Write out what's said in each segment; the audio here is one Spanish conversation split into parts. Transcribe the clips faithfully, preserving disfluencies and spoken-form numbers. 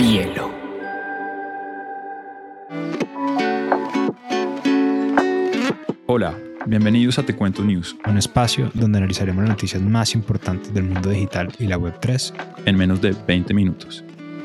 hielo. Hola, bienvenidos a Te Cuento News, un espacio donde analizaremos las noticias más importantes del mundo digital y la web tres en menos de veinte minutos.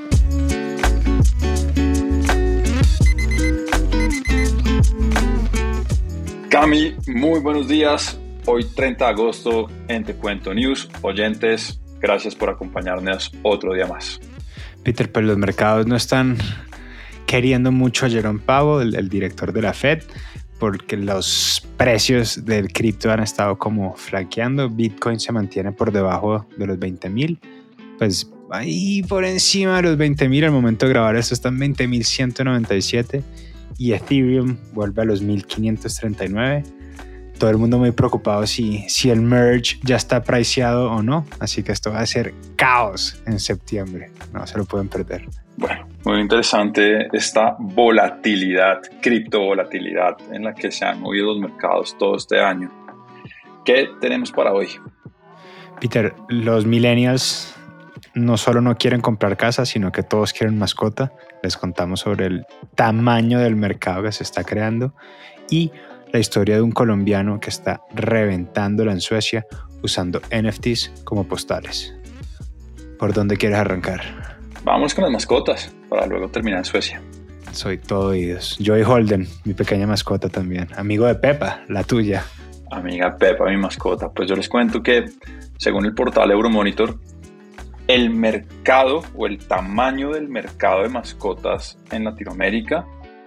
Cami, muy buenos días. Hoy treinta de agosto en Te Cuento News. Oyentes, gracias por acompañarnos otro día más. Peter, pues los mercados no están queriendo mucho a Jerome Powell, el, el director de la Fed, porque los precios del cripto han estado como flaqueando. Bitcoin se mantiene por debajo de los veinte mil, pues ahí por encima de los veinte mil. Al momento de grabar esto está en veinte mil ciento noventa y siete y Ethereum vuelve a los mil quinientos treinta y nueve. Todo el mundo muy preocupado si, si el merge ya está priceado o no, así que esto va a ser caos en septiembre, no se lo pueden perder. Bueno, muy interesante esta volatilidad, criptovolatilidad en la que se han movido los mercados todo este año. ¿Qué tenemos para hoy? Peter, los millennials no solo no quieren comprar casa, sino que todos quieren mascota. Les contamos sobre el tamaño del mercado que se está creando y la historia de un colombiano que está reventándola en Suecia usando N F Ts como postales. ¿Por dónde quieres arrancar? Vamos con las mascotas para luego terminar en Suecia. Soy todo oídos. Joey Holden, mi pequeña mascota también. Amigo de Pepa, la tuya. Amiga Pepa, mi mascota. Pues yo les cuento que, según el portal Euromonitor, el mercado o el tamaño del mercado de mascotas en Latinoamérica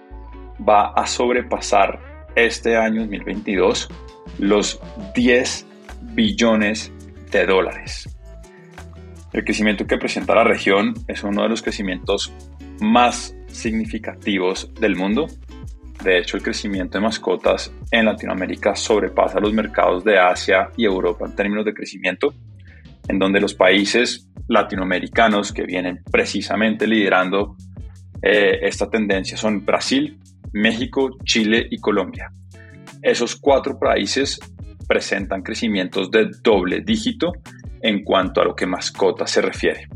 va a sobrepasar este año dos mil veintidós los diez billones de dólares. El crecimiento que presenta la región es uno de los crecimientos más significativos del mundo. De hecho, el crecimiento de mascotas en Latinoamérica sobrepasa los mercados de Asia y Europa en términos de crecimiento, en donde los países latinoamericanos que vienen precisamente liderando eh, esta tendencia son Brasil, México, Chile y Colombia. Esos cuatro países presentan crecimientos de doble dígito en cuanto a lo que mascotas se refiere.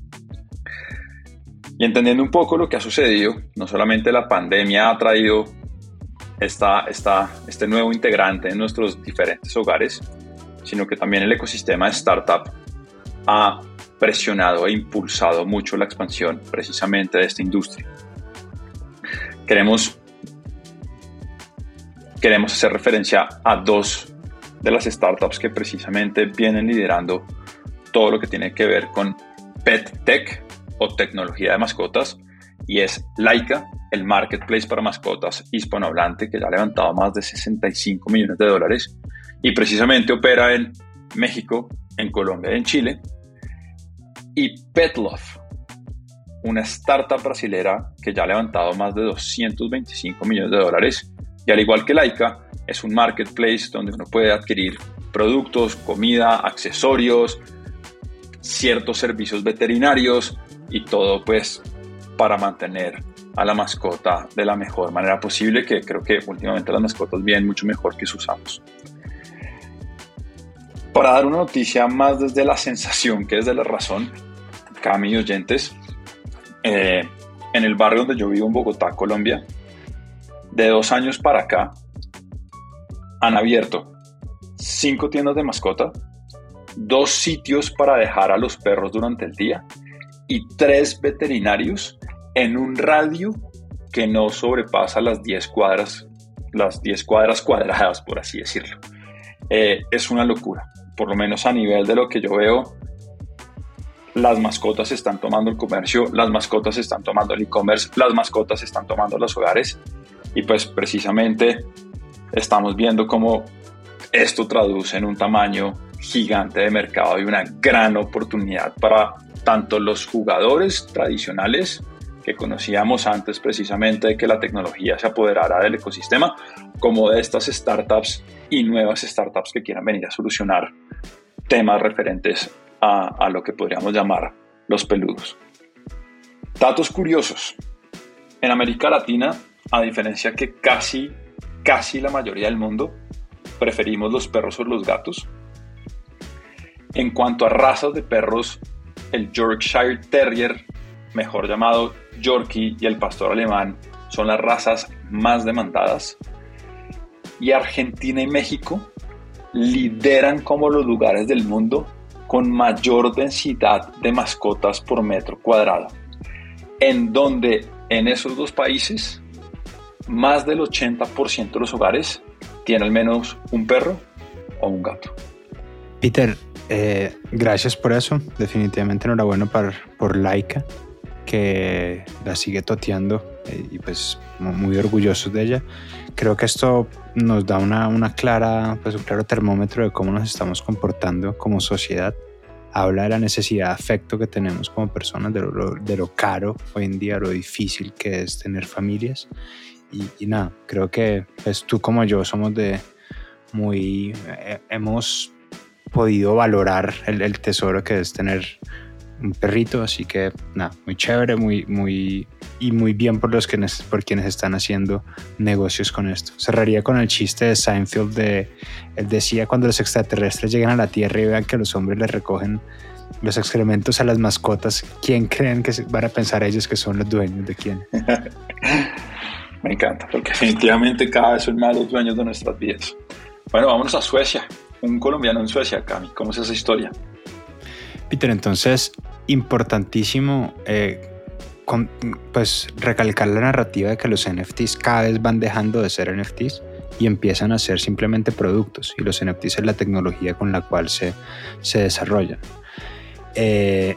Y entendiendo un poco lo que ha sucedido, no solamente la pandemia ha traído esta, esta, este nuevo integrante en nuestros diferentes hogares, sino que también el ecosistema de startup ha presionado e impulsado mucho la expansión precisamente de esta industria. Queremos Queremos hacer referencia a dos de las startups que precisamente vienen liderando todo lo que tiene que ver con Pet Tech o tecnología de mascotas, y es Laika, el marketplace para mascotas hispanohablante que ya ha levantado más de sesenta y cinco millones de dólares y precisamente opera en México, en Colombia y en Chile. Y Petlove, una startup brasilera que ya ha levantado más de doscientos veinticinco millones de dólares. Y al igual que Laika, es un marketplace donde uno puede adquirir productos, comida, accesorios, ciertos servicios veterinarios y todo pues para mantener a la mascota de la mejor manera posible, que creo que últimamente las mascotas vienen mucho mejor que sus amos. Para dar una noticia más desde la sensación que desde la razón, Cami y oyentes, eh, en el barrio donde yo vivo en Bogotá, Colombia, de dos años para acá han abierto cinco tiendas de mascota, dos sitios para dejar a los perros durante el día y tres veterinarios en un radio que no sobrepasa las diez cuadras, las diez cuadras cuadradas, por así decirlo. Eh, es una locura, por lo menos a nivel de lo que yo veo. Las mascotas están tomando el comercio, las mascotas están tomando el e-commerce, las mascotas están tomando los hogares. Y pues precisamente estamos viendo cómo esto traduce en un tamaño gigante de mercado y una gran oportunidad para tanto los jugadores tradicionales que conocíamos antes precisamente de que la tecnología se apoderara del ecosistema, como de estas startups y nuevas startups que quieran venir a solucionar temas referentes a, a lo que podríamos llamar los peludos. Datos curiosos. En América Latina, a diferencia que casi, casi la mayoría del mundo, preferimos los perros sobre los gatos. En cuanto a razas de perros, el Yorkshire Terrier mejor llamado Yorkie y el pastor alemán, son las razas más demandadas. Y Argentina y México lideran como los lugares del mundo con mayor densidad de mascotas por metro cuadrado, en donde en esos dos países más del ochenta por ciento de los hogares tiene al menos un perro o un gato. Peter, eh, gracias por eso. Definitivamente enhorabuena por, por Laika, que la sigue toteando eh, y pues muy orgullosos de ella. Creo que esto nos da una, una clara, pues un claro termómetro de cómo nos estamos comportando como sociedad. Habla de la necesidad de afecto que tenemos como personas, de lo, de lo caro hoy en día, lo difícil que es tener familias. Y, y nada, creo que pues, tú como yo somos de muy... Eh, hemos podido valorar el, el tesoro que es tener un perrito, así que nada, muy chévere, muy, muy, y muy bien por los que, por quienes están haciendo negocios con esto. Cerraría con el chiste de Seinfeld de, él decía, cuando los extraterrestres llegan a la Tierra y vean que los hombres les recogen los excrementos a las mascotas, ¿quién creen que van a pensar ellos que son los dueños de quién? Me encanta, porque definitivamente cada vez son más los dueños de nuestras vidas. Bueno, vámonos a Suecia. Un colombiano en Suecia, Cami. ¿Cómo es esa historia? Peter, entonces, importantísimo eh, con, pues recalcar la narrativa de que los N F Ts cada vez van dejando de ser N F Ts y empiezan a ser simplemente productos, y los N F Ts es la tecnología con la cual se, se desarrollan. Eh,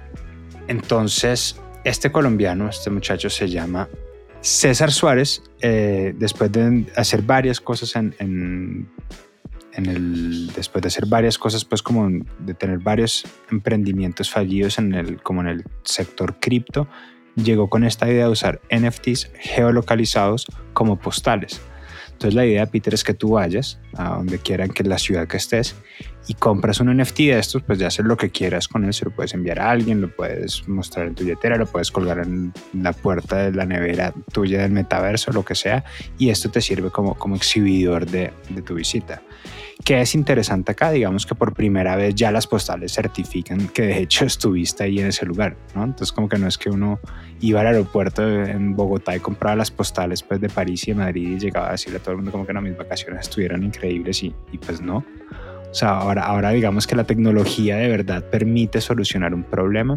entonces, este colombiano, este muchacho se llama César Suárez, eh, después de hacer varias cosas en, en, en el, después de hacer varias cosas, pues como de tener varios emprendimientos fallidos en el, como en el sector cripto, llegó con esta idea de usar N F Ts geolocalizados como postales. Entonces la idea, Peter, es que tú vayas a donde quieran, que es la ciudad que estés, y compras un N F T de estos, pues ya haces lo que quieras con él. Se lo puedes enviar a alguien, lo puedes mostrar en tu billetera, lo puedes colgar en la puerta de la nevera tuya del metaverso, lo que sea, y esto te sirve como, como exhibidor de, de tu visita. ¿Qué es interesante acá? Digamos que por primera vez ya las postales certifican que de hecho estuviste ahí en ese lugar, ¿no? Entonces como que no es que uno iba al aeropuerto en Bogotá y compraba las postales pues de París y de Madrid y llegaba a decirle a todo el mundo como que no, mis vacaciones estuvieron increíbles y, y pues no. O sea, ahora, ahora digamos que la tecnología de verdad permite solucionar un problema.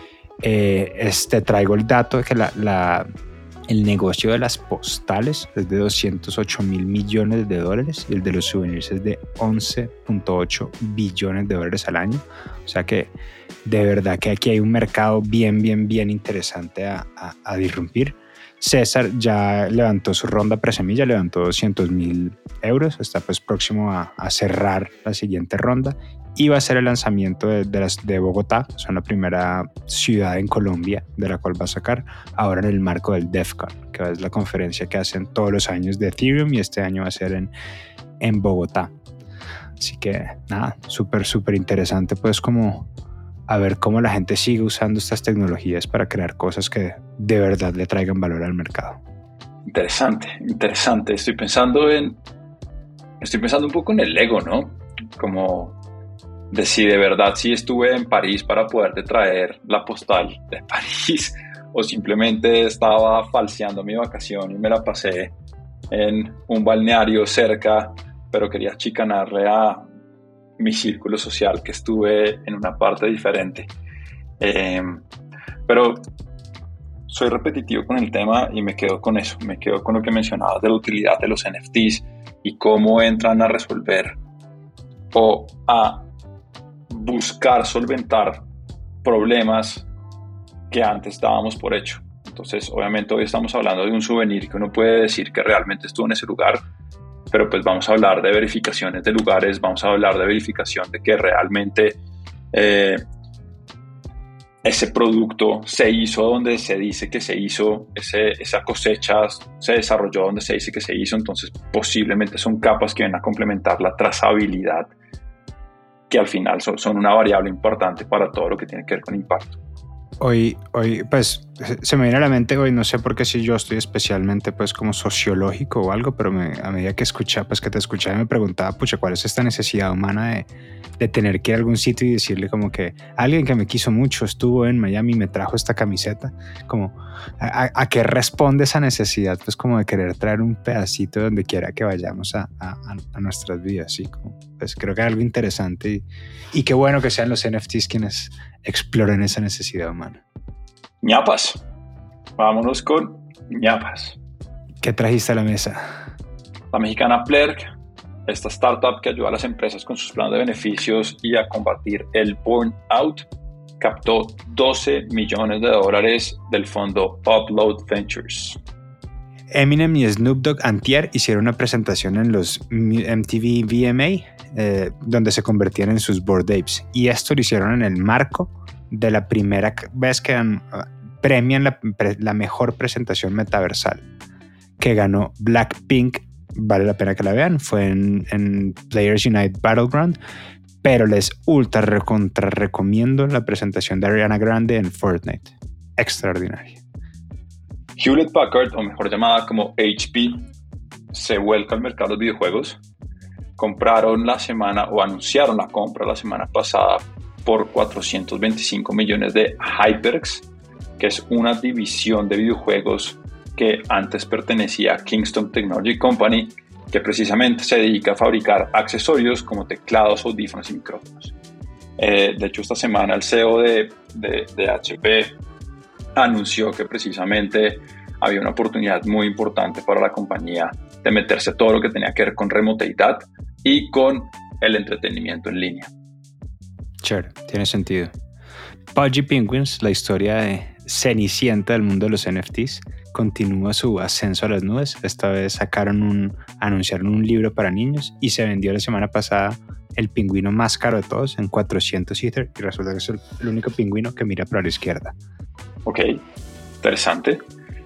Eh, este, traigo el dato de que la, la, el negocio de las postales es de doscientos ocho mil millones de dólares y el de los souvenirs es de once punto ocho billones de dólares al año. O sea que de verdad que aquí hay un mercado bien, bien, bien interesante a, a, a disrumpir. César ya levantó su ronda presemilla, levantó doscientos mil euros, está pues próximo a, a cerrar la siguiente ronda y va a ser el lanzamiento de, de, las, de Bogotá, o sea, la primera ciudad en Colombia de la cual va a sacar ahora en el marco del DevCon, que es la conferencia que hacen todos los años de Ethereum y este año va a ser en, en Bogotá. Así que nada, súper, súper interesante pues como a ver cómo la gente sigue usando estas tecnologías para crear cosas que de verdad le traigan valor al mercado. Interesante, interesante. Estoy pensando en, estoy pensando un poco en el ego, ¿no? Como de si de verdad sí estuve en París para poderte traer la postal de París o simplemente estaba falseando mi vacación y me la pasé en un balneario cerca, pero quería chicanarle a mi círculo social que estuve en una parte diferente. Eh, pero soy repetitivo con el tema y me quedo con eso, me quedo con lo que mencionabas de la utilidad de los N F Ts y cómo entran a resolver o a buscar solventar problemas que antes dábamos por hecho. Entonces, obviamente hoy estamos hablando de un souvenir que uno puede decir que realmente estuvo en ese lugar, pero pues vamos a hablar de verificaciones de lugares, vamos a hablar de verificación de que realmente eh, ese producto se hizo donde se dice que se hizo, ese, esa cosecha se desarrolló donde se dice que se hizo. Entonces posiblemente son capas que vienen a complementar la trazabilidad, que al final son, son una variable importante para todo lo que tiene que ver con impacto. Hoy, hoy, pues, se me viene a la mente hoy, no sé por qué si yo estoy especialmente, pues, como sociológico o algo, pero me, a medida que escuchaba, pues, que te escuchaba, me preguntaba, pucha, ¿cuál es esta necesidad humana de, de tener que ir a algún sitio y decirle como que alguien que me quiso mucho estuvo en Miami y me trajo esta camiseta? Como, ¿a, a qué responde esa necesidad? Pues, como de querer traer un pedacito donde quiera que vayamos a, a, a nuestras vidas, ¿sí? Como, pues, creo que es algo interesante y, y qué bueno que sean los N F Ts quienes exploren esa necesidad humana. ñapas, vámonos con ñapas. ¿Qué trajiste a la mesa? La mexicana Plerk, esta startup que ayuda a las empresas con sus planes de beneficios y a combatir el burnout, captó doce millones de dólares del fondo Upload Ventures. Eminem y Snoop Dogg antier hicieron una presentación en los M T V V M A, eh, donde se convertían en sus Bored Apes, y esto lo hicieron en el marco de la primera vez que dan, uh, premian la, la mejor presentación metaversal que ganó Blackpink. Vale la pena que la vean, fue en, en Players Unite Battleground, pero les ultra recontra recomiendo la presentación de Ariana Grande en Fortnite, extraordinaria. Hewlett Packard, o mejor llamada como H P, se vuelca al mercado de los videojuegos. Compraron la semana, o anunciaron la compra la semana pasada por cuatrocientos veinticinco millones de HyperX, que es una división de videojuegos que antes pertenecía a Kingston Technology Company, que precisamente se dedica a fabricar accesorios como teclados, audífonos y micrófonos. Eh, de hecho, esta semana el C E O de, de, de H P anunció que precisamente había una oportunidad muy importante para la compañía de meterse todo lo que tenía que ver con remoteidad y con el entretenimiento en línea. Sure, tiene sentido. Pudgy Penguins, la historia de Cenicienta del mundo de los N F Ts, continúa su ascenso a las nubes. Esta vez sacaron un, anunciaron un libro para niños y se vendió la semana pasada el pingüino más caro de todos en cuatrocientos Ether, y resulta que es el, el único pingüino que mira para la izquierda. Ok, interesante.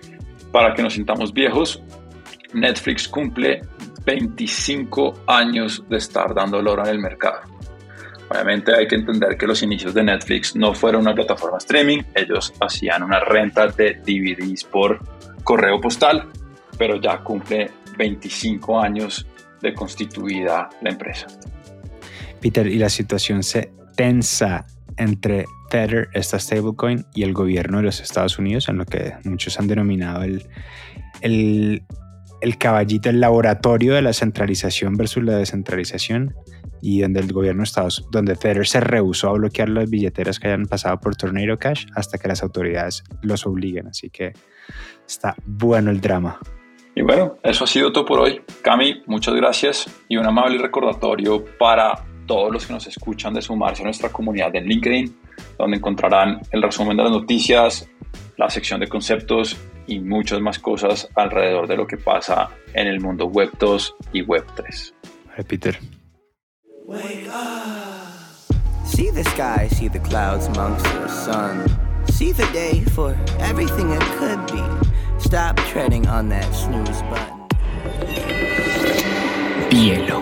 Para que nos sintamos viejos, Netflix cumple veinticinco años de estar dando olor en el mercado. Obviamente hay que entender que los inicios de Netflix no fueron una plataforma streaming, ellos hacían una renta de D V Ds por correo postal, pero ya cumple veinticinco años de constituida la empresa. Peter, y la situación se tensa entre Tether, esta stablecoin, y el gobierno de los Estados Unidos, en lo que muchos han denominado el, el, el caballito, el laboratorio de la centralización versus la descentralización, y donde el gobierno de Estados donde Tether se rehusó a bloquear las billeteras que hayan pasado por Tornado Cash hasta que las autoridades los obliguen. Así que está bueno el drama. Y bueno, eso ha sido todo por hoy. Cami, muchas gracias, y un amable recordatorio para todos los que nos escuchan de sumarse a nuestra comunidad en LinkedIn, donde encontrarán el resumen de las noticias, la sección de conceptos y muchas más cosas alrededor de lo que pasa en el mundo web dos y web tres. Vale, Peter. Wake up. See the sky, see the clouds amongst the sun. See the day for everything it could be. Stop treading on that snooze button. Bielo.